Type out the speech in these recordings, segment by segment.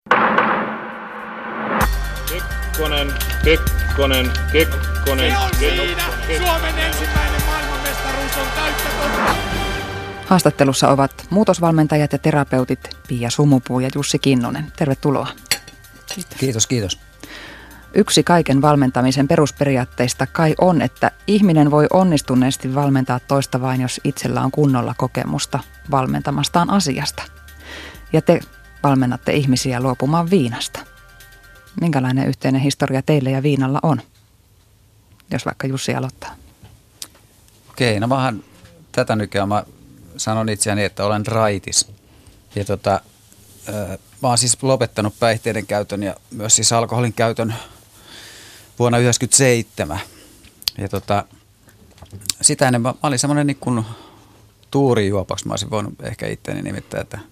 Kekkonen. Se on siinä! Suomen ensimmäinen maailmanmestaruus on täyttä totta! Haastattelussa ovat muutosvalmentajat ja terapeutit Pia Sumupuu ja Jussi Kinnunen. Tervetuloa. Kiitos. Yksi kaiken valmentamisen perusperiaatteista kai on, että ihminen voi onnistuneesti valmentaa toista vain, jos itsellä on kunnolla kokemusta valmentamastaan asiasta. Ja te valmennatte ihmisiä luopumaan viinasta. Minkälainen yhteinen historia teille ja viinalla on? Jos vaikka Jussi aloittaa. Okei, no vähän tätä nykyään mä sanon itseäni, että olen raitis. Ja mä oon siis lopettanut päihteiden käytön ja myös siis alkoholin käytön vuonna 1997. Ja sitä ennen mä olin semmoinen niin kuin tuurijuopaksi, mä olisin voinut ehkä itteni nimittää, että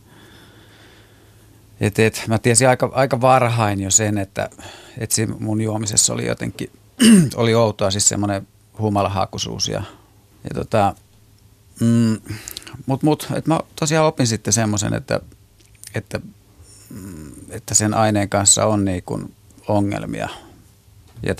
mä tiesin aika varhain jo sen, että mun juomisessa oli jotenkin, oli outoa siis semmoinen humalahakuisuus että mä tosiaan opin sitten semmoisen, että sen aineen kanssa on niin kuin ongelmia. Ja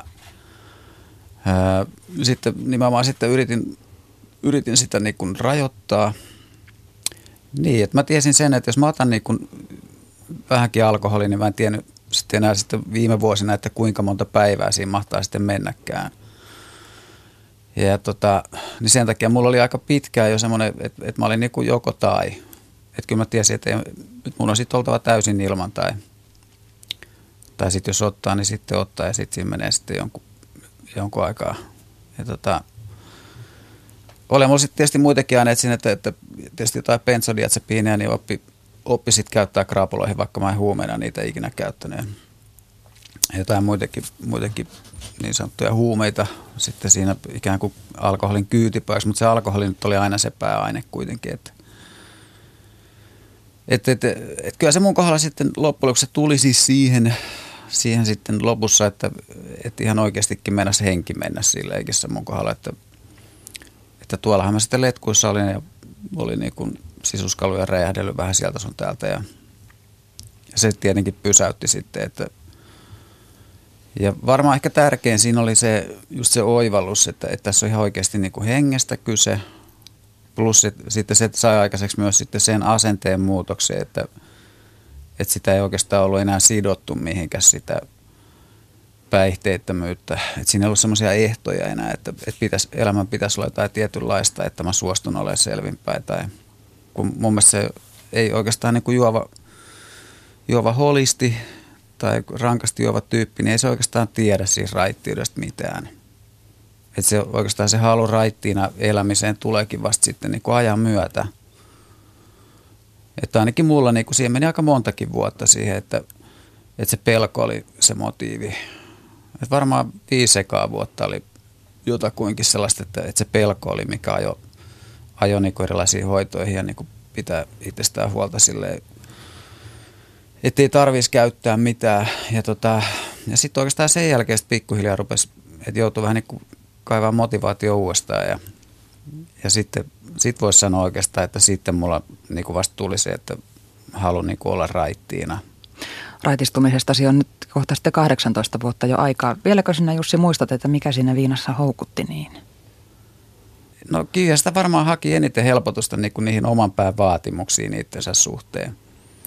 sitten nimenomaan sitten yritin sitä niin kuin rajoittaa. Niin, että mä tiesin sen, että jos mä otan niin kuin vähänkin alkoholia, niin mä en tiennyt sitten enää sitten viime vuosina, että kuinka monta päivää siinä mahtaa sitten mennäkään. Ja niin sen takia mulla oli aika pitkään jo semmoinen, että mä olin niin kuin joko tai. Että kyllä mä tiesin, että nyt mun on sitten oltava täysin ilman tai sitten jos ottaa, niin sitten ottaa ja sitten siinä menee sitten jonkun aikaa. Ja oli mulla sitten tietysti muitakin aineet siinä, että tietysti jotain benzodiazepiineja, niin oppi sitten käyttää kraapuloihin, vaikka mä en huumeena niitä ikinä käyttänyt. Ja jotain muitakin niin sanottuja huumeita sitten siinä ikään kuin alkoholin kyytipäiväksi, mutta se alkoholi nyt oli aina se pääaine kuitenkin. Että kyllä se mun kohdalla sitten loppujen lopuksi tuli siis siihen sitten lopussa, että ihan oikeastikin mennäisi henki mennä sillä eikissä mun kohdalla, että tuollahan mä sitten letkuissa olin ja oli niin kuin sisuskaluja räjähdellyt vähän sieltä sun täältä ja se tietenkin pysäytti sitten, ja varmaan ehkä tärkein siinä oli just se oivallus, että tässä on ihan oikeasti niin kuin hengestä kyse, plus sitten se sai aikaiseksi myös sitten sen asenteen muutoksen, että sitä ei oikeastaan ollut enää sidottu mihinkään sitä päihteettömyyttä. Että siinä ei ollut semmoisia ehtoja enää, että elämän pitäisi olla jotain tietynlaista, että mä suostun olemaan selvinpäin. Tai kun mun mielestä se ei oikeastaan niin kuin juova holisti tai rankasti juova tyyppi, niin ei se oikeastaan tiedä siis raittiudesta mitään. Että se oikeastaan se halu raittiina elämiseen tuleekin vasta sitten niin kuin ajan myötä. Että ainakin mulla niin kuin siihen meni aika montakin vuotta siihen, että se pelko oli se motiivi. Että varmaan 5 ekaa vuotta oli jotakuinkin sellaista, että se pelko oli, mikä ajoi niin kuin erilaisiin hoitoihin ja niin kuin pitää itsestään huolta silleen, ettei tarvitsisi käyttää mitään. Ja sitten oikeastaan sen jälkeen pikkuhiljaa rupesi, että joutui vähän niin kuin kaivaa motivaatio uudestaan. Ja sitten voisi sanoa oikeastaan, että sitten mulla niin kuin vasta tuli se, että haluan niin kuin olla raittiina. Raitistumisestasi on nyt kohta sitten 18 vuotta jo aikaa. Vieläkö sinä, Jussi, muistat, että mikä siinä viinassa houkutti niin? No kyllä sitä varmaan haki eniten helpotusta niin kuin niihin oman pään vaatimuksiin itsensä suhteen.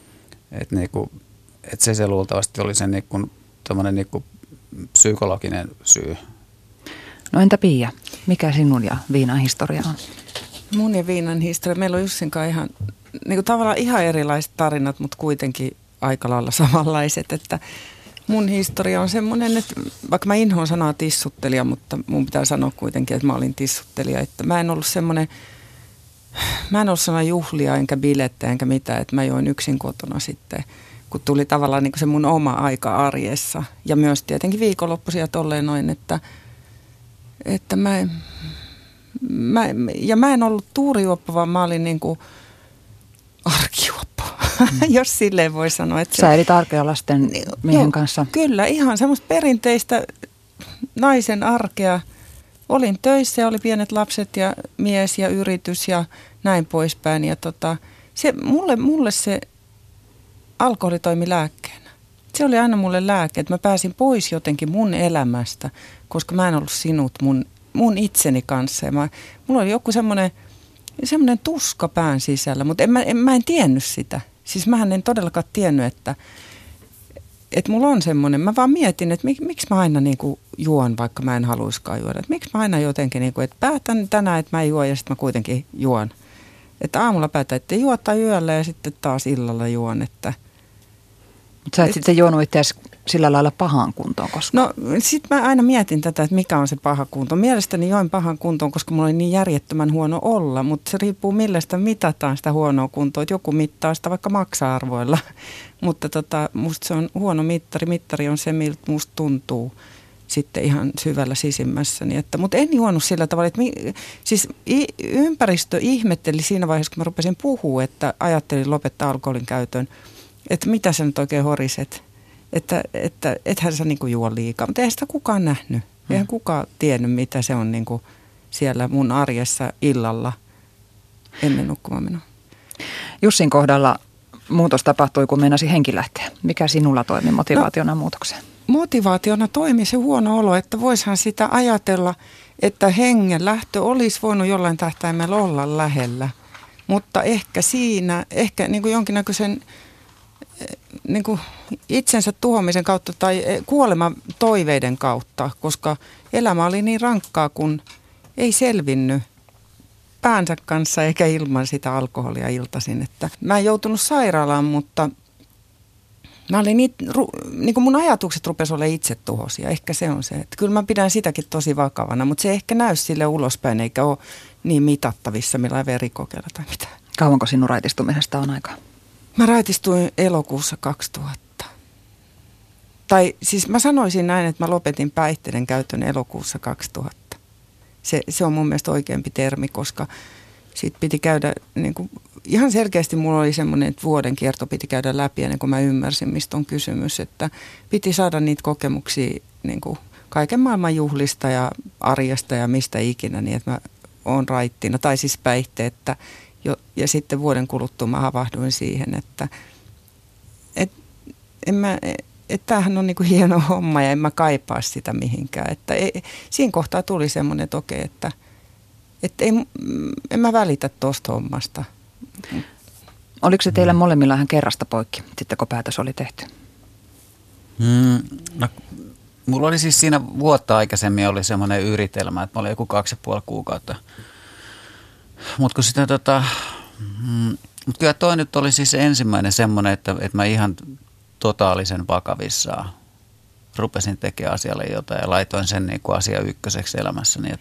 Että se luultavasti oli se niin kuin, niin kuin psykologinen syy. No entä Pia, mikä sinun ja viinan historia on? Mun ja viinan historia, meillä on Jussin kanssa ihan, niin kuin tavallaan ihan erilaiset tarinat, mutta kuitenkin aika lailla samanlaiset, että mun historia on semmoinen, että vaikka mä inhoan sanaa tissuttelija, mutta mun pitää sanoa kuitenkin, että mä olin tissuttelija, että mä en ollut sellainen juhlia enkä bilettä enkä mitään, että mä join yksin kotona sitten, kun tuli tavallaan niin kuin se mun oma aika arjessa ja myös tietenkin viikonloppuisia tolleen noin, että mä en ollut tuurijuoppa, vaan mä olin niin kuin arkijuoppa, jos silleen voi sanoa. Että sä elit arkea lasten miehen kanssa. Kyllä, ihan semmoista perinteistä naisen arkea. Olin töissä ja oli pienet lapset ja mies ja yritys ja näin poispäin. Ja mulle se alkoholi toimi lääkkeenä. Se oli aina mulle lääke, että mä pääsin pois jotenkin mun elämästä, koska mä en ollut sinut mun itseni kanssa. Ja mulla oli joku semmoinen tuska pään sisällä, mutta mä en tiennyt sitä. Siis mähän en todellakaan tiennyt, että mulla on semmoinen, mä vaan mietin, että miksi mä aina niinku juon, vaikka mä en haluiskaan juoda. Että miksi mä aina jotenkin, niinku, että päätän tänään, että mä en juo ja sitten mä kuitenkin juon. Että aamulla päätän, että juo tai yöllä ja sitten taas illalla juon. Mutta sä et sitten juonut itseäsi sillä lailla pahaan kuntoon koskaan? No sit mä aina mietin tätä, että mikä on se paha kunto. Mielestäni join pahan kuntoon, koska mulla oli niin järjettömän huono olla, mutta se riippuu millä sitä mitataan sitä huonoa kuntoa. Että joku mittaa sitä vaikka maksa-arvoilla, mutta musta se on huono mittari. Mittari on se, miltä musta tuntuu sitten ihan syvällä sisimmässäni. Mutta en juonut sillä tavalla, että siis ympäristö ihmetteli siinä vaiheessa, kun mä rupesin puhua, että ajattelin lopettaa alkoholin käytön, että mitä sä nyt oikein horiset. Että ethän sä niinku juo liikaa, mutta eihän sitä kukaan nähnyt. Eihän kukaan tiennyt, mitä se on niinku siellä mun arjessa illalla ennen nukkumaan menoa. Jussin kohdalla muutos tapahtui, kun meinasi henki lähteä. Mikä sinulla toimi motivaationa muutokseen? Motivaationa toimi se huono olo, että voishan sitä ajatella, että hengen lähtö olisi voinut jollain tähtäimellä olla lähellä. Mutta ehkä niin kuin jonkinnäköisen niin kuin itsensä tuhoamisen kautta tai kuoleman toiveiden kautta, koska elämä oli niin rankkaa, kun ei selvinnyt päänsä kanssa eikä ilman sitä alkoholia iltaisin. Että mä en joutunut sairaalaan, mutta mä olin niin kuin mun ajatukset rupesi olemaan itsetuhoisia. Ehkä se on se. Että kyllä mä pidän sitäkin tosi vakavana, mutta se ei ehkä näy sille ulospäin eikä ole niin mitattavissa millään verikokeilla tai mitään. Kauanko sinun raitistumisesta on aikaa? Mä raitistuin elokuussa 2000. Tai siis mä sanoisin näin, että mä lopetin päihteiden käytön elokuussa 2000. Se on mun mielestä oikeampi termi, koska siitä piti käydä, niin kuin, ihan selkeästi mulla oli semmoinen, että vuoden kierto piti käydä läpi ennen kuin mä ymmärsin, mistä on kysymys. Että piti saada niitä kokemuksia niin kuin kaiken maailman juhlista ja arjesta ja mistä ikinä, niin että mä oon raittina. Tai siis päihteettä. Ja sitten vuoden kuluttua mä havahduin siihen, että tämähän on niinku hieno homma ja en mä kaipaa sitä mihinkään. Että siinä kohtaa tuli semmoinen, että okei, että en mä välitä tuosta hommasta. Oliko se teillä molemmilla ihan kerrasta poikki, sitten kun päätös oli tehty? No, mulla oli siis siinä vuotta aikaisemmin oli semmoinen yritelmä, että mä olin joku 2,5 kuukautta. Mutta kun sitä mutta kyllä toi nyt oli siis ensimmäinen semmoinen, että mä ihan totaalisen vakavissaan rupesin tekemään asialle jotain ja laitoin sen niin kuin asia ykköseksi elämässäni,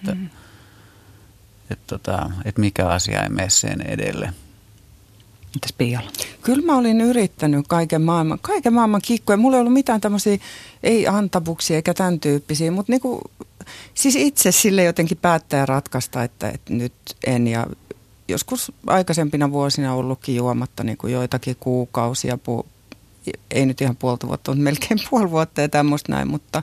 että mikä asia ei mene sen edelle. Mitäs Piialla? Kyllä mä olin yrittänyt kaiken maailman kikkoja. Mulla ei ollut mitään tämmöisiä, ei antabuksia eikä tämän tyyppisiä, mutta niinku, siis itse sille jotenkin päättää ratkaista, että nyt en. Ja joskus aikaisempina vuosina ollutkin juomatta niin kuin joitakin kuukausia, ei nyt ihan puolta vuotta, mutta melkein puoli vuotta ja tämmöistä näin, mutta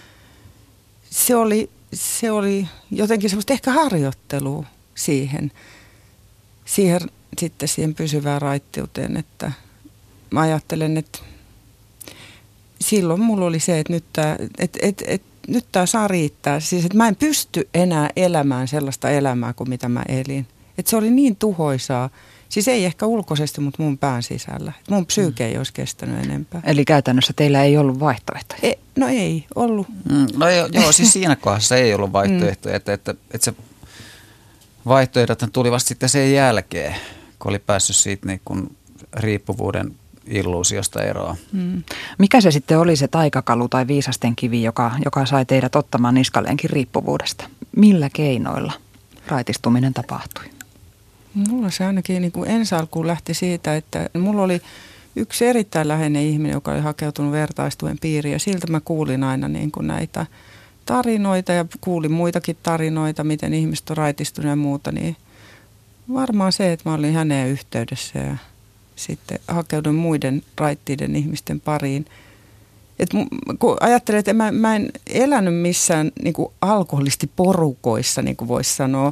se oli jotenkin semmoista ehkä harjoittelua siihen sitten siihen pysyvään raittiuteen, että mä ajattelen, että silloin mulla oli se, että nyt tää saa riittää. Siis, että mä en pysty enää elämään sellaista elämää kuin mitä mä elin. Että se oli niin tuhoisaa. Siis ei ehkä ulkoisesti, mutta mun pään sisällä. Et mun psyyke ei olisi kestänyt enempää. Eli käytännössä teillä ei ollut vaihtoehtoja? No ei ollut. No joo, siis siinä kohdassa ei ollut vaihtoehtoja. Että se vaihtoehdot tuli vasta sitten sen jälkeen, kun oli päässyt siitä niin kuin riippuvuuden illuusiosta eroon. Mikä se sitten oli se taikakalu tai viisasten kivi, joka sai teidät ottamaan niskalleenkin riippuvuudesta? Millä keinoilla raitistuminen tapahtui? Mulla se ainakin niin kuin ensi alkuun lähti siitä, että mulla oli yksi erittäin läheinen ihminen, joka oli hakeutunut vertaistuen piiriin ja siltä mä kuulin aina niin kuin näitä tarinoita ja kuulin muitakin tarinoita, miten ihmiset on raitistunut ja muuta, niin varmaan se, että mä olin häneen yhteydessä ja sitten hakeudun muiden raittiiden ihmisten pariin. Et kun ajattelen, että mä en elänyt missään niin kuin alkoholistiporukoissa, niin kuin voisi sanoa,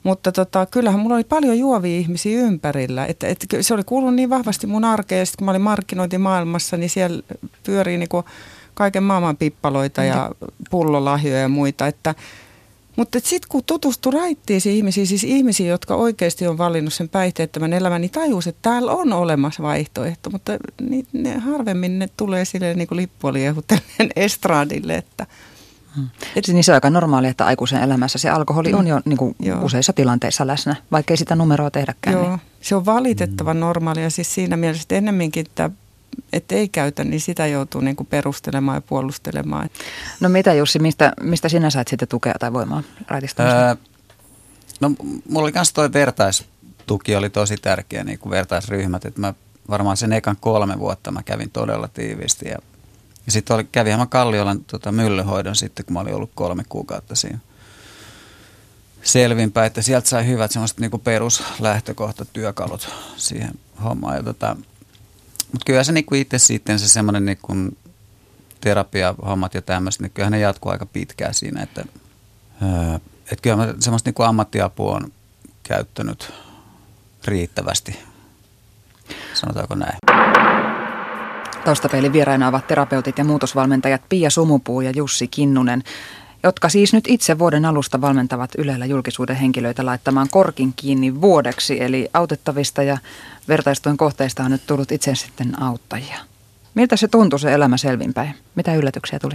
Mutta kyllähän mulla oli paljon juovia ihmisiä ympärillä. Että se oli kuulunut niin vahvasti mun arkeen. Ja sitten kun mä olin markkinointimaailmassa, niin siellä pyörii niinku kaiken maailman pippaloita ja pullolahjoja ja muita. Mutta sitten kun tutustui raittiisiin ihmisiin, siis ihmisiä, jotka oikeasti on valinnut sen päihteettömän elämän, niin tajusi, että täällä on olemassa vaihtoehto. Mutta harvemmin ne tulee silleen niin kuin lippua liehutellen estradille, että... Niin se on aika normaalia, että aikuisen elämässä se alkoholi on jo niin kuin useissa tilanteissa läsnä, vaikka ei sitä numeroa tehdäkään. Joo, niin. Se on valitettavan normaalia. Siis siinä mielessä, että ennemminkin, että ei käytä, niin sitä joutuu niin kuin perustelemaan ja puolustelemaan. No mitä Jussi, mistä sinä sait sitten tukea tai voimaa raitistamista? No mulla oli myös toi vertaistuki oli tosi tärkeä, niin kuin vertaisryhmät. Että mä varmaan sen ekan 3 vuotta mä kävin todella tiiviisti ja sitten kävinhän mä Kalliolan myllyhoidon sitten, kun mä olin ollut 3 kuukautta siinä selvinpäin, että sieltä sai hyvät semmoiset niinku peruslähtökohtatyökalut siihen hommaan. Mutta kyllä se niinku itse sitten se semmoinen niinku terapiahommat ja tämmöiset, niin kyllähän ne jatkuu aika pitkään siinä, että kyllä mä semmoista niinku ammattiapua on käyttänyt riittävästi, sanotaanko näin. Taustapeilin vieraina ovat terapeutit ja muutosvalmentajat Pia Sumupuu ja Jussi Kinnunen, jotka siis nyt itse vuoden alusta valmentavat Ylellä julkisuuden henkilöitä laittamaan korkin kiinni vuodeksi. Eli autettavista ja vertaistuen kohteista on nyt tullut itse sitten auttajia. Miltä se tuntui se elämä selvinpäin? Mitä yllätyksiä tuli?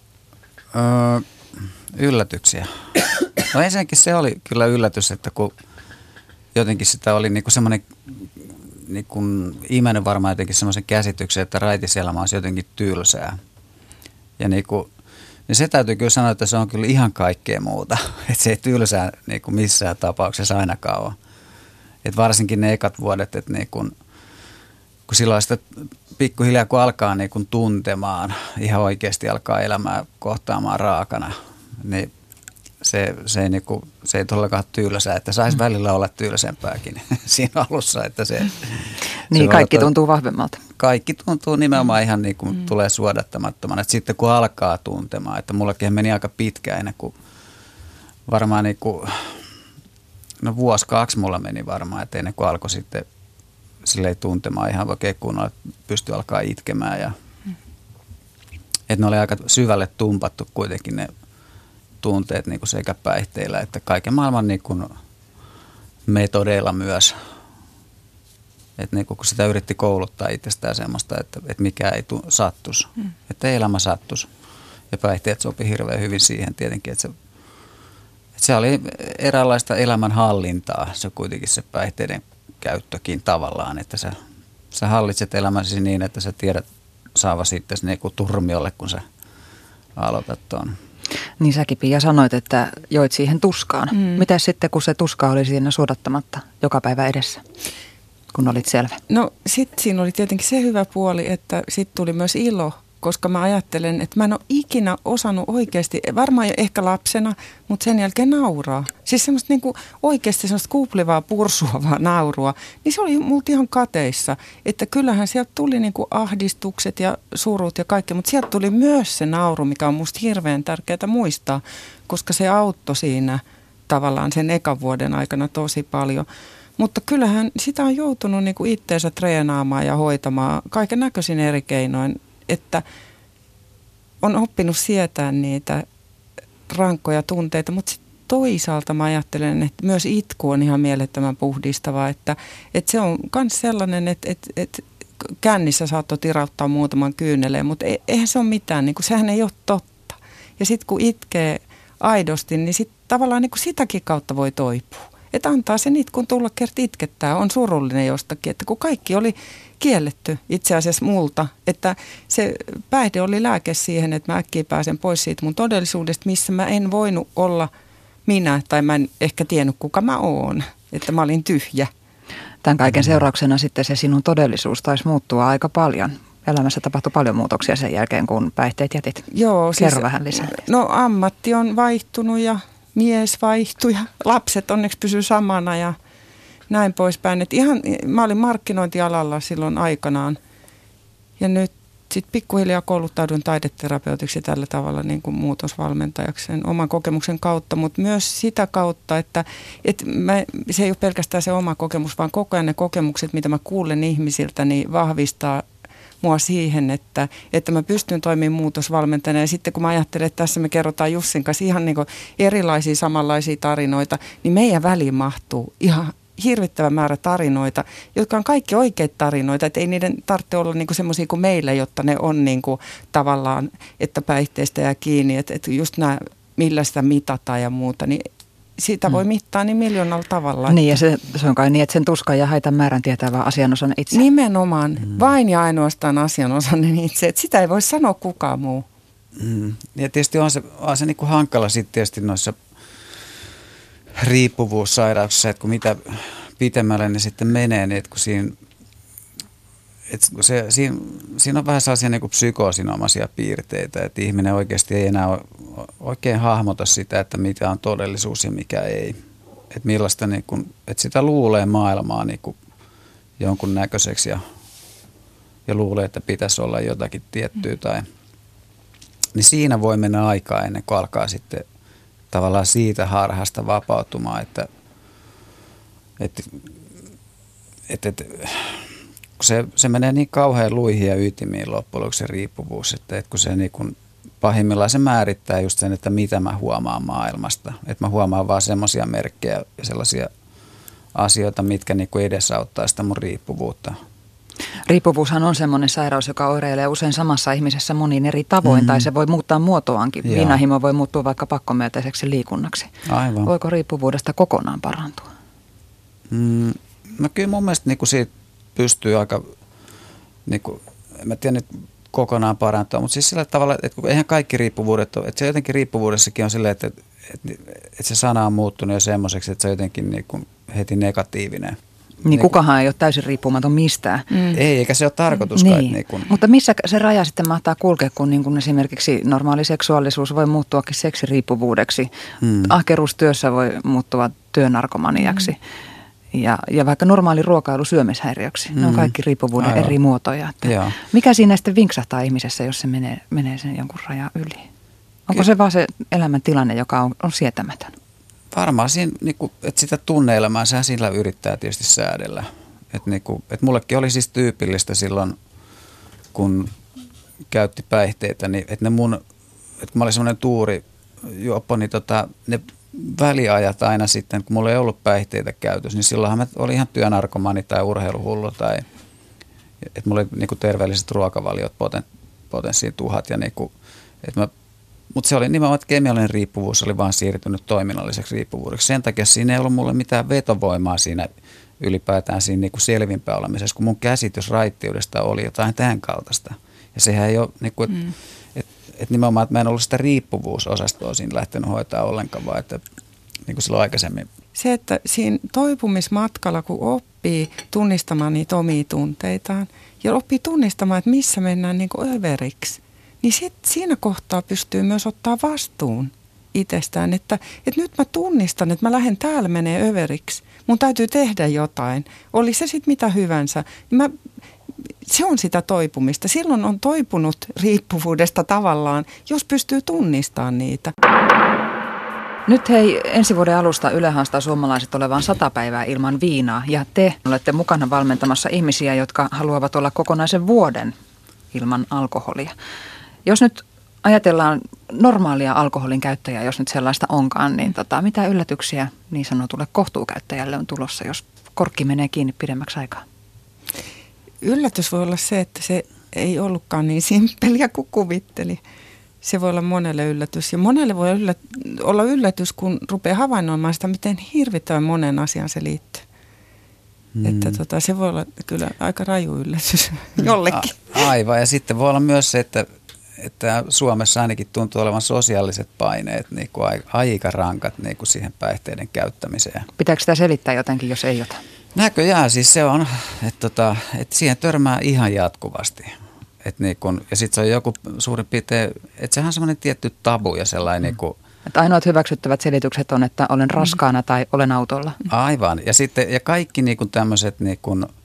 Yllätyksiä. No ensinnäkin se oli kyllä yllätys, että kun jotenkin sitä oli niinku semmoinen... Niin kun imennyt varmaan jotenkin semmoisen käsityksen, että raitiselämä olisi jotenkin tylsää. Ja niin se täytyy kyllä sanoa, että se on kyllä ihan kaikkea muuta. Että se ei tylsää niin kuin missään tapauksessa ainakaan ole. Että varsinkin ne ekat vuodet, että niin kun silloin sitä pikkuhiljaa kun alkaa niin kun tuntemaan, ihan oikeasti alkaa elämää kohtaamaan raakana, niin se ei todellakaan tylsää, että saisi välillä olla tylsempääkin siinä alussa, että se... Niin, kaikki tuntuu vahvemmalta. Kaikki tuntuu nimenomaan ihan niin kuin tulee suodattamattomana. Että sitten kun alkaa tuntemaan, että mullakin meni aika pitkä ennen kuin varmaan niin kuin, 1-2 mulla meni varmaan, että ennen kuin alkoi sitten silleen tuntemaan ihan oikein kunnolla, että pystyi alkaa itkemään ja että ne oli aika syvälle tumpattu kuitenkin ne tunteet niin kuin sekä päihteillä että kaiken maailman niin kuin metodeilla myös. Että niin kun sitä yritti kouluttaa itsestään semmoista, että mikä ei sattuisi, että elämä sattuisi. Ja päihteet sopi hirveän hyvin siihen tietenkin, että se oli eräänlaista elämänhallintaa, se kuitenkin se päihteiden käyttökin tavallaan, että sä hallitset elämäsi niin, että sä tiedät saava sitten niin kuin turmiolle, kun sä aloitat tuon. Niin säkin Pia sanoit, että joit siihen tuskaan. Mitäs sitten, kun se tuska oli siinä suodattamatta joka päivä edessä, kun olit selvä? No sitten siinä oli tietenkin se hyvä puoli, että sitten tuli myös ilo, koska mä ajattelen, että mä en ole ikinä osannut oikeasti, varmaan jo ehkä lapsena, mutta sen jälkeen nauraa. Siis semmoista niinku oikeasti semmoista kuplivaa, pursuavaa naurua, niin se oli multa ihan kateissa. Että kyllähän sieltä tuli niinku ahdistukset ja surut ja kaikki, mutta sieltä tuli myös se nauru, mikä on musta hirveän tärkeää muistaa, koska se auttoi siinä tavallaan sen ekan vuoden aikana tosi paljon. Mutta kyllähän sitä on joutunut niinku itteensä treenaamaan ja hoitamaan kaiken näköisin eri keinoin, että on oppinut sietään niitä rankkoja tunteita, mutta sit toisaalta mä ajattelen, että myös itku on ihan mielettömän puhdistavaa, että se on myös sellainen, että kännissä saattoi tirauttaa muutaman kyyneleen, mutta eihän se ole mitään, niin kuin, sehän ei ole totta. Ja sitten kun itkee aidosti, niin sit tavallaan niin kuin sitäkin kautta voi toipua. Että antaa sen itkun tulla kerta itkettää, on surullinen jostakin, että kun kaikki oli kielletty itse asiassa multa, että se päihde oli lääke siihen, että mä äkkiä pääsen pois siitä mun todellisuudesta, missä mä en voinut olla minä, tai mä en ehkä tiennyt kuka mä oon, että mä olin tyhjä. Tämän kaiken seurauksena sitten se sinun todellisuus taisi muuttua aika paljon. Elämässä tapahtui paljon muutoksia sen jälkeen, kun päihteet jätit. Joo, kerro siis, vähän lisää. No ammatti on vaihtunut ja mies vaihtui ja lapset onneksi pysyi samana ja näin poispäin. Että ihan, mä olin markkinointialalla silloin aikanaan ja nyt sitten pikkuhiljaa kouluttauduin taideterapeutiksi tällä tavalla niin kuin muutosvalmentajaksi sen oman kokemuksen kautta, mutta myös sitä kautta, että se ei ole pelkästään se oma kokemus, vaan koko ajan ne kokemukset, mitä mä kuulen ihmisiltä, niin vahvistaa mua siihen, että mä pystyn toimimaan muutosvalmentajana. Ja sitten kun mä ajattelen, että tässä me kerrotaan Jussin kanssa ihan niin kuin erilaisia samanlaisia tarinoita, niin meidän väliin mahtuu ihan hirvittävä määrä tarinoita, jotka on kaikki oikeita tarinoita, että ei niiden tarvitse olla niinku semmoisia kuin meillä, jotta ne on niinku tavallaan, että päihteistä jää kiinni, että just nämä, millä sitä mitataan ja muuta, niin sitä voi mittaa niin miljoonalla tavalla. Niin, ja se on kai niin, että sen tuskan ja haitan määrän tietää vaan asianosainen itse. Nimenomaan, vain ja ainoastaan asianosainen itse, että sitä ei voi sanoa kukaan muu. Ja tietysti on se niinku hankala sitten tietysti noissa riippuvuussairauksissa, että kun mitä pitemmälle ne sitten menee, niin että kun siinä on vähän sellaisia niin kuin psykoosinomaisia piirteitä, että ihminen oikeasti ei enää oikein hahmota sitä, että mitä on todellisuus ja mikä ei. Että millaista, niin kuin, että sitä luulee maailmaa niin kuin jonkun näköiseksi ja luulee, että pitäisi olla jotakin tiettyä. Niin siinä voi mennä aikaa ennen kuin alkaa sitten tavallaan siitä harhasta vapautumaan, että se menee niin kauhean luihin ja ytimiin loppujen lopuksi se riippuvuus, että kun se niin kuin pahimmillaan se määrittää just sen, että mitä mä huomaan maailmasta. Että mä huomaan vaan semmoisia merkkejä ja sellaisia asioita, mitkä niin kuin edesauttaa sitä mun riippuvuutta. Riippuvuushan on semmoinen sairaus, joka oireilee usein samassa ihmisessä monin eri tavoin, tai se voi muuttaa muotoankin. Viinahimo voi muuttua vaikka pakkomyönteiseksi liikunnaksi. Aivan. Voiko riippuvuudesta kokonaan parantua? No kyllä mun mielestä niin kuin siitä pystyy aika, niin kuin, en mä tiedä nyt kokonaan parantua, mutta siis sillä tavalla, että eihän kaikki riippuvuudet ole, että se jotenkin riippuvuudessakin on silleen, että se sana on muuttunut jo semmoiseksi, että se on jotenkin niin kuin heti negatiivinen. Niin kukahan ei ole täysin riippumaton mistään. Ei, eikä se ole tarkoituskaan. Niin. Mutta missä se raja sitten mahtaa kulkea, kun niin kuin esimerkiksi normaali seksuaalisuus voi muuttuakin seksiriippuvuudeksi. Ahkeruustyössä voi muuttua työnarkomaniaksi. Ja vaikka normaali ruokailu syömishäiriöksi. Ne on kaikki riippuvuuden eri muotoja. Että mikä siinä sitten vinksahtaa ihmisessä, jos se menee sen jonkun rajan yli? Onko se vaan se elämäntilanne, joka on sietämätön? Varmaan siinä, että sitä tunne-elämää, sehän sillä yrittää tietysti säädellä. Että mullekin oli siis tyypillistä silloin, kun käytti päihteitä, niin että että mä olin semmoinen tuurijuoppo, niin ne väliajat aina sitten, kun mulla ei ollut päihteitä käytössä, niin silloinhan mä olin ihan työnarkomani tai urheiluhullu tai että mulla oli niinku terveelliset ruokavaliot potenssiin 1000 ja mutta se oli nimenomaan, että kemiallinen riippuvuus oli vaan siirtynyt toiminnalliseksi riippuvuudeksi. Sen takia siinä ei ollut mulle mitään vetovoimaa siinä ylipäätään siinä niinku selvinpäin olemisessa, kun mun käsitys raittiudesta oli jotain tämän kaltaista. Ja sehän ei ole, niinku, että nimenomaan, että mä en ollut sitä riippuvuusosastoa siinä lähtenyt hoitaa ollenkaan, vaan että niin kuin silloin aikaisemmin. Se, että siinä toipumismatkalla, kun oppii tunnistamaan niitä omia tunteitaan ja oppii tunnistamaan, että missä mennään niin kuin överiksi, niin siinä kohtaa pystyy myös ottaa vastuun itsestään, että nyt mä tunnistan, että mä lähden täällä menee överiksi. Mun täytyy tehdä jotain. Oli se sitten mitä hyvänsä. Se on sitä toipumista. Silloin on toipunut riippuvuudesta tavallaan, jos pystyy tunnistamaan niitä. Nyt hei, ensi vuoden alusta Yle haastaa suomalaiset olevan 100 päivää ilman viinaa. Ja te olette mukana valmentamassa ihmisiä, jotka haluavat olla kokonaisen vuoden ilman alkoholia. Jos nyt ajatellaan normaalia alkoholin käyttäjää, jos nyt sellaista onkaan, niin mitä yllätyksiä niin sanotulle kohtuukäyttäjälle on tulossa, jos korkki menee kiinni pidemmäksi aikaa? Yllätys voi olla se, että se ei ollutkaan niin simppeliä kuin kuvitteli. Se voi olla monelle yllätys. Ja monelle voi olla yllätys, kun rupeaa havainnoimaan sitä, miten hirvittävän monen asiaan se liittyy. Että se voi olla kyllä aika raju yllätys jollekin. Aivan. Ja sitten voi olla myös se, että Suomessa ainakin tuntuu olevan sosiaaliset paineet niin kuin aika rankat niin kuin siihen päihteiden käyttämiseen. Pitääkö sitä selittää jotenkin, jos ei ota? Näköjään siis se on, että siihen törmää ihan jatkuvasti. Ja sitten se on joku suurin piirtein, että sehän on semmoinen tietty tabu ja sellainen niin kuin. Että ainoat hyväksyttävät selitykset on, että olen raskaana tai olen autolla. Aivan. Ja sitten ja kaikki niin kuin tämmöiset niin kuin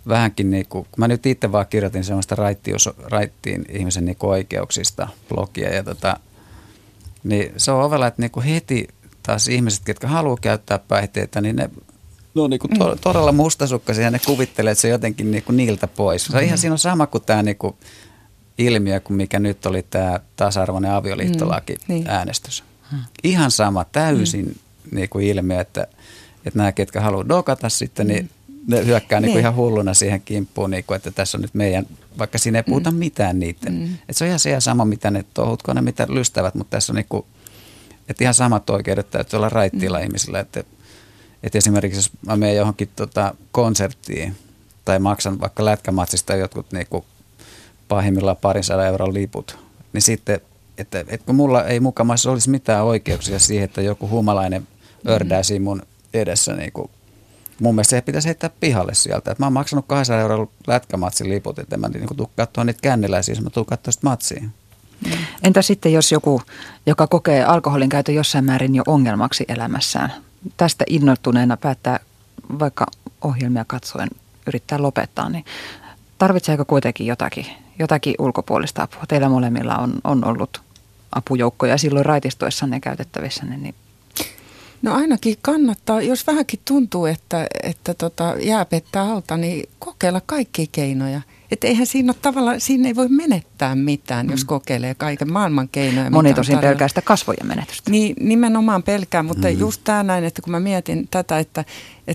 vähänkin, niin kuin, kun mä nyt itse vaan kirjoitin semmoista raittiin ihmisen niin kuin oikeuksista blogia, ja niin se on ovella, että niin kuin heti taas ihmiset, ketkä haluaa käyttää päihteitä, niin ne on niin kuin todella mustasukkaisia ja ne kuvittelee, että se jotenkin niin kuin niiltä pois. Se on ihan siinä on sama kuin tämä niin kuin ilmiö, kuin mikä nyt oli tämä tasa-arvoinen avioliittolaki äänestys. Ihan sama, täysin niin kuin ilmiö, että nämä, ketkä haluaa dokata sitten, niin ne hyökkää niin kuin ihan hulluna siihen kimppuun, niin kuin, että tässä on nyt meidän, vaikka siinä ei puhuta mitään niiden. Että se on ihan se sama, mitä ne touhutko ne, mitä lystävät, mutta tässä on niin kuin, että ihan samat oikeudet täytyy olla raittiilla ihmisillä. Että esimerkiksi jos mä menen johonkin konserttiin tai maksan vaikka lätkämatsista jotkut niin kuin pahimmillaan 200 euron liput, niin sitten, että kun mulla ei mukamassa olisi mitään oikeuksia siihen, että joku humalainen ördää siinä mun edessä, niin kuin, mun mielestä se pitäisi heittää pihalle sieltä. Että mä oon maksanut 200 euron lätkämatsin liput, että mä niin tuu katsoa niitä känniläisiä, mä tuun katsoa sitä matsia. Entä sitten, jos joku, joka kokee alkoholin käytön jossain määrin jo ongelmaksi elämässään, tästä innoittuneena päättää vaikka ohjelmia katsoen yrittää lopettaa, niin tarvitseeko kuitenkin jotakin ulkopuolista apua? Teillä molemmilla on ollut apujoukkoja silloin raitistuessanne käytettävissä, niin no ainakin kannattaa, jos vähänkin tuntuu, että jää pettää alta, niin kokeilla kaikkia keinoja. Että eihän siinä ole tavallaan, siinä ei voi menettää mitään, jos kokeilee kaiken maailman keinoja. Moni tosin pelkää sitä kasvojen menetystä. Niin, nimenomaan pelkää, mutta just tämä näin, että kun mä mietin tätä, että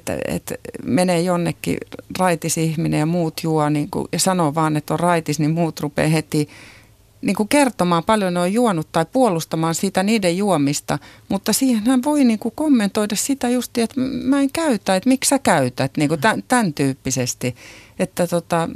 menee jonnekin raitis ihminen ja muut juo niin kuin, ja sanoo vaan, että on raitis, niin muut rupeaa heti niin kuin kertomaan paljon ne on juonut tai puolustamaan sitä niiden juomista, mutta siihenhän voi niin kuin kommentoida sitä just, että mä en käytä, että miksi sä käytät, niin kuin tämän tyyppisesti, että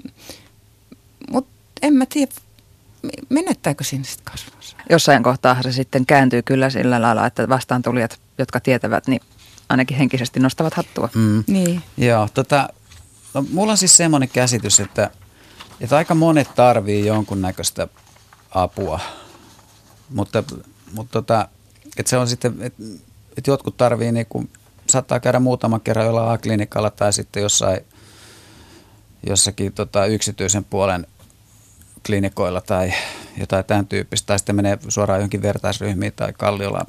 mutta en mä tiedä, menettääkö siinä sitten kasvonsa. Jossain kohtaa se sitten kääntyy kyllä sillä lailla, että vastaantulijat, jotka tietävät, niin ainakin henkisesti nostavat hattua. Niin. Joo, no, mulla on siis semmoinen käsitys, että aika monet tarvii jonkunnäköistä apua, mutta että se on sitten, että jotkut tarvii niin kuin, saattaa käydä muutaman kerran jollain A-klinikalla tai sitten jossakin yksityisen puolen klinikoilla tai jotain tämän tyyppistä, tai sitten menee suoraan johonkin vertaisryhmiin tai Kalliolaan.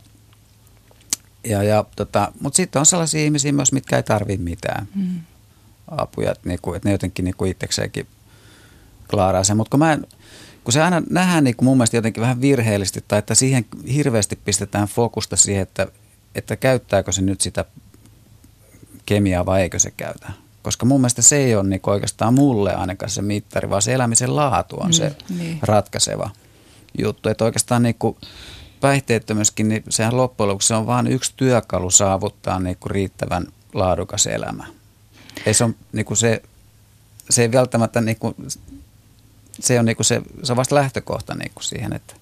Mutta sitten on sellaisia ihmisiä myös, mitkä ei tarvitse mitään apuja, että ne jotenkin niin kuin itsekseenkin klaaraa sen. Mutta kun se aina nähdään niin kuin mun mielestä jotenkin vähän virheellisesti, tai että siihen hirveästi pistetään fokusta siihen, että käyttääkö se nyt sitä kemiaa vai eikö se käytä. Koska mun mielestä se ei ole niin oikeastaan mulle ainakaan se mittari, vaan se elämisen laatu on se ratkaiseva juttu. Että oikeastaan niin kuin päihteettömyyskin, niin sehän loppujen lopuksi se on vain yksi työkalu saavuttaa niin kuin riittävän laadukas elämä. Ei se, on, niin kuin se ei välttämättä, niin kuin, se on, niin kuin se on vasta lähtökohta niin kuin siihen, että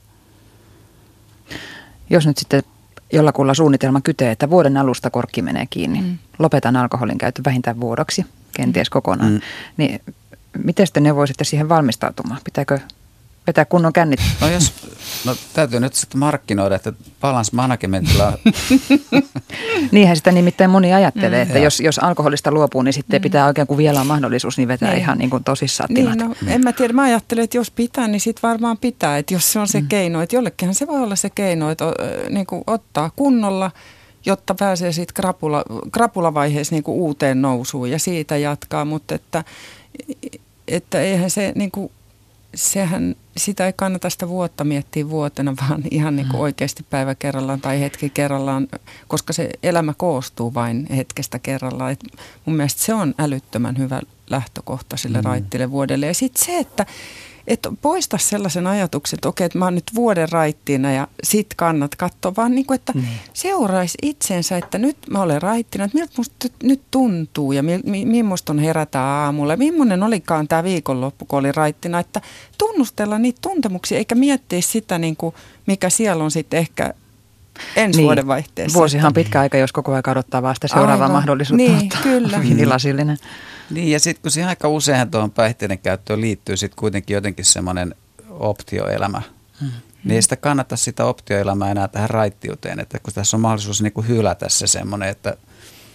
jos nyt sitten jollakulla suunnitelma kytee, että vuoden alusta korkki menee kiinni, lopetan alkoholin käytön vähintään vuodoksi, kenties kokonaan, niin miten sitten neuvoisitte siihen valmistautumaan? Pitääkö vetää kunnon kännit? No täytyy nyt sitten markkinoida, että balance managementilla Niinhän sitä nimittäin moni ajattelee, että jos alkoholista luopuu, niin sitten pitää oikein, kun vielä on mahdollisuus, niin vetää ihan niin kuin tosissaan tilat. Niin, no, en mä tiedä. Mä ajattelen, että jos pitää, niin sitten varmaan pitää. Että jos se on se keino, että jollekinhan se voi olla se keino, että niin kuin ottaa kunnolla, jotta pääsee sitten krapulavaiheessa niin kuin uuteen nousuun ja siitä jatkaa. Mutta että eihän se niin kuin, sitä ei kannata sitä vuotta miettiä vuotena, vaan ihan niin kuin oikeasti päivä kerrallaan tai hetki kerrallaan, koska se elämä koostuu vain hetkestä kerrallaan. Et mun mielestä se on älyttömän hyvä lähtökohta sille raittille vuodelle. Ja sitten se, että poista sellaisen ajatuksen, että okei, että mä oon nyt vuoden raittiina ja sit kannat katsoa, vaan niin kuin, että seuraisi itsensä, että nyt mä olen raittina, että miltä musta nyt tuntuu ja millaista on herätä aamulla. Millainen olikaan tämä viikonloppu, kun oli raittina, että tunnustella niitä tuntemuksia eikä miettiä sitä, niin kuin, mikä siellä on sitten ehkä ensi vuoden vaihteessa. Vuosihan on pitkä aika, jos koko ajan odottaa vasta seuraavaa mahdollisuutta. Niin, kyllä. Viinilasillinen. Niin, ja sitten kun siihen aika usein tuohon päihteiden käyttöön liittyy sitten kuitenkin jotenkin semmoinen optioelämä, niin ei sitä kannata sitä optioelämää enää tähän raittiuteen, että kun tässä on mahdollisuus niin kuin hylätä se semmoinen, että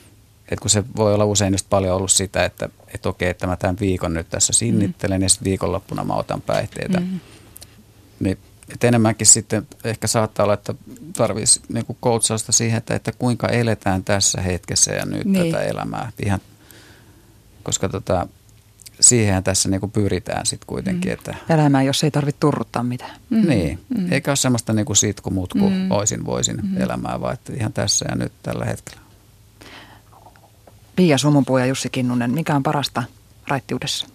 että kun se voi olla usein just paljon ollut sitä, että okei, että mä tämän viikon nyt tässä sinnittelen ja sitten viikonloppuna mä otan päihteitä. Niin, että enemmänkin sitten ehkä saattaa olla, että tarvitsisi niin kuin coachausta siihen, että kuinka eletään tässä hetkessä ja nyt tätä elämää. Ihan, koska siihen tässä niin kuin pyritään sitten kuitenkin. Että elämään, jos ei tarvitse turruttaa mitään. Niin, eikä ole semmoista niin kuin sitkumutku voisin elämää, vaan että ihan tässä ja nyt tällä hetkellä. Pia Sumunpuu ja Jussi Kinnunen, mikä on parasta raittiudessa?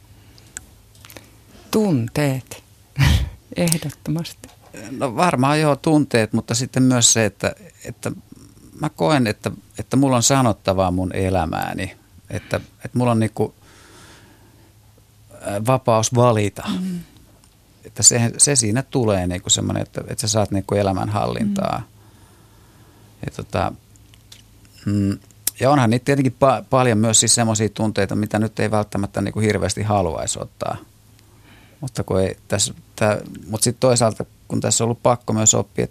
Tunteet, ehdottomasti. No varmaan joo, tunteet, mutta sitten myös se, että mä koen, että mulla on sanottavaa mun elämääni. Että mulla on niinku vapaus valita. Että se siinä tulee niinku semmoinen, että sä saat niinku elämänhallintaa. Ja onhan niitä tietenkin paljon myös siis semmoisia tunteita, mitä nyt ei välttämättä niinku hirveästi haluaisi ottaa. Mutta mutta sitten toisaalta, kun tässä on ollut pakko myös oppia,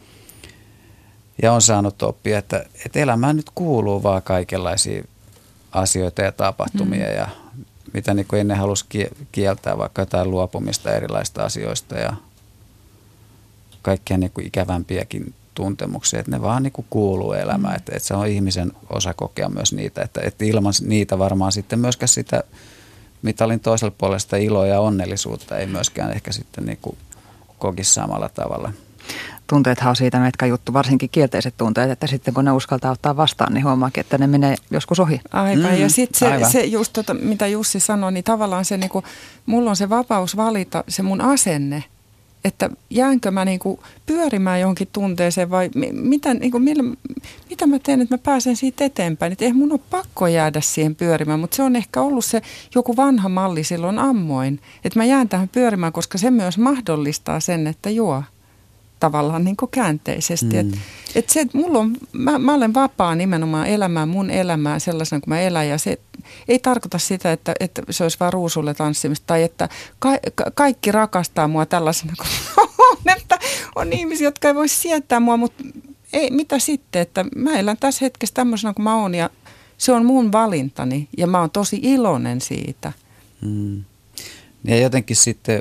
ja on saanut oppia, että elämään nyt kuuluu vaan kaikenlaisia asioita ja tapahtumia, ja mitä niin kuin ennen halusi kieltää, vaikka jotain luopumista erilaisista asioista ja kaikkia niin kuin ikävämpiäkin tuntemuksia, että ne vaan niin kuin kuuluu elämään, että se on ihmisen osa kokea myös niitä, että ilman niitä varmaan sitten myöskään sitä mitalin toisella puolella sitä iloa ja onnellisuutta ei myöskään ehkä sitten niin kuin kokisi samalla tavalla. Tunteethan on siitä metka juttu, varsinkin kielteiset tunteet, että sitten kun ne uskaltaa ottaa vastaan, niin huomaakin, että ne menee joskus ohi. Aivan, ja sitten se just mitä Jussi sanoi, niin tavallaan se niinku, mulla on se vapaus valita se mun asenne, että jäänkö mä niinku pyörimään johonkin tunteeseen vai mitä mä teen, että mä pääsen siitä eteenpäin. Että eihän mun ole pakko jäädä siihen pyörimään, mutta se on ehkä ollut se joku vanha malli silloin ammoin, että mä jään tähän pyörimään, koska se myös mahdollistaa sen, että tavallaan niin kuin käänteisesti. Että se, että mä olen vapaa nimenomaan elämään mun elämää sellaisena kuin mä elän, ja se ei tarkoita sitä, että se olisi vaan ruusulle tanssimista tai että kaikki rakastaa mua tällaisena kuin on, että on ihmisiä, jotka ei voi sietää mua, mutta ei, mitä sitten, että mä elän tässä hetkessä tämmöisenä kuin mä oon ja se on mun valintani ja mä oon tosi iloinen siitä. Ja jotenkin sitten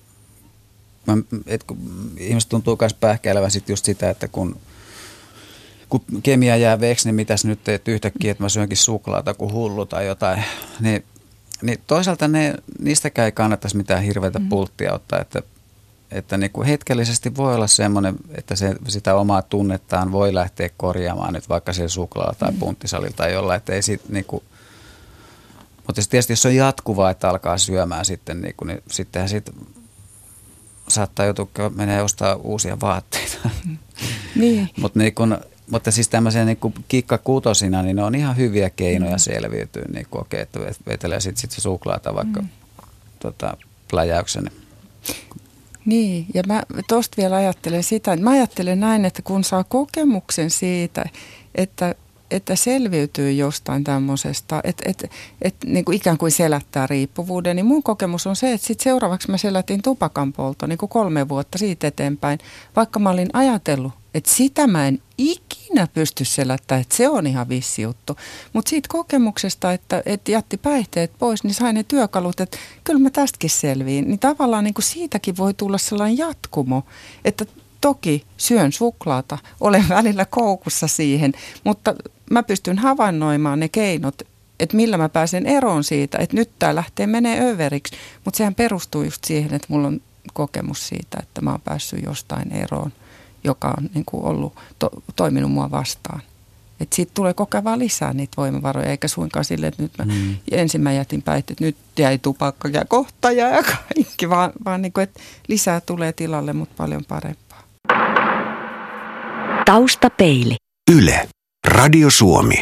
ihmiset tuntuu myös pähkäilevän sitten just sitä, että kun kemia jää veksi, niin mitäs nyt teet yhtäkkiä, että mä syönkin suklaata kuin hullu tai jotain. Niin toisaalta niistäkään ei kannattaisi mitään hirveätä pulttia ottaa, että niin kuin hetkellisesti voi olla semmoinen, että sitä omaa tunnettaan voi lähteä korjaamaan nyt vaikka siellä suklaalla tai punttisalilla tai jollain, että ei siitä niin kuin, mutta tietysti jos on jatkuvaa, että alkaa syömään sitten, niin sittenhän siitä saattaa joutua menee ostaa uusia vaatteita. Niin. Mutta siis tämmöisiä niin kikkakutosina, niin ne on ihan hyviä keinoja selviytyä. Niin okei, että vetelee sitten se suklaata vaikka pläjäyksen. Niin, ja mä tosta vielä ajattelen sitä, että mä ajattelen näin, että kun saa kokemuksen siitä, että selviytyy jostain tämmöisestä, että niin kuin ikään kuin selättää riippuvuuden, niin mun kokemus on se, että sitten seuraavaksi mä selätin tupakan polton niin kuin 3 vuotta siitä eteenpäin, vaikka mä olin ajatellut, että sitä mä en ikinä pysty selättämään, että se on ihan vissi juttu. Mutta siitä kokemuksesta, että jätti päihteet pois, niin sain ne työkalut, että kyllä mä tästäkin selviin. Niin tavallaan niin kuin siitäkin voi tulla sellainen jatkumo, että toki syön suklaata, olen välillä koukussa siihen, mutta mä pystyn havainnoimaan ne keinot, että millä mä pääsen eroon siitä, että nyt tää menee överiksi. Mutta sehän perustuu just siihen, että mulla on kokemus siitä, että mä oon päässyt jostain eroon, joka on niin kuin ollut toiminut mua vastaan. Että siitä tulee koko ajan lisää niitä voimavaroja, eikä suinkaan silleen, että nyt ensin mä jätin päihteet, nyt jäi tupakka ja kohta ja kaikki, vaan niin kuin, että lisää tulee tilalle, mutta paljon parempaa. Taustapeili. Yle. Radio Suomi.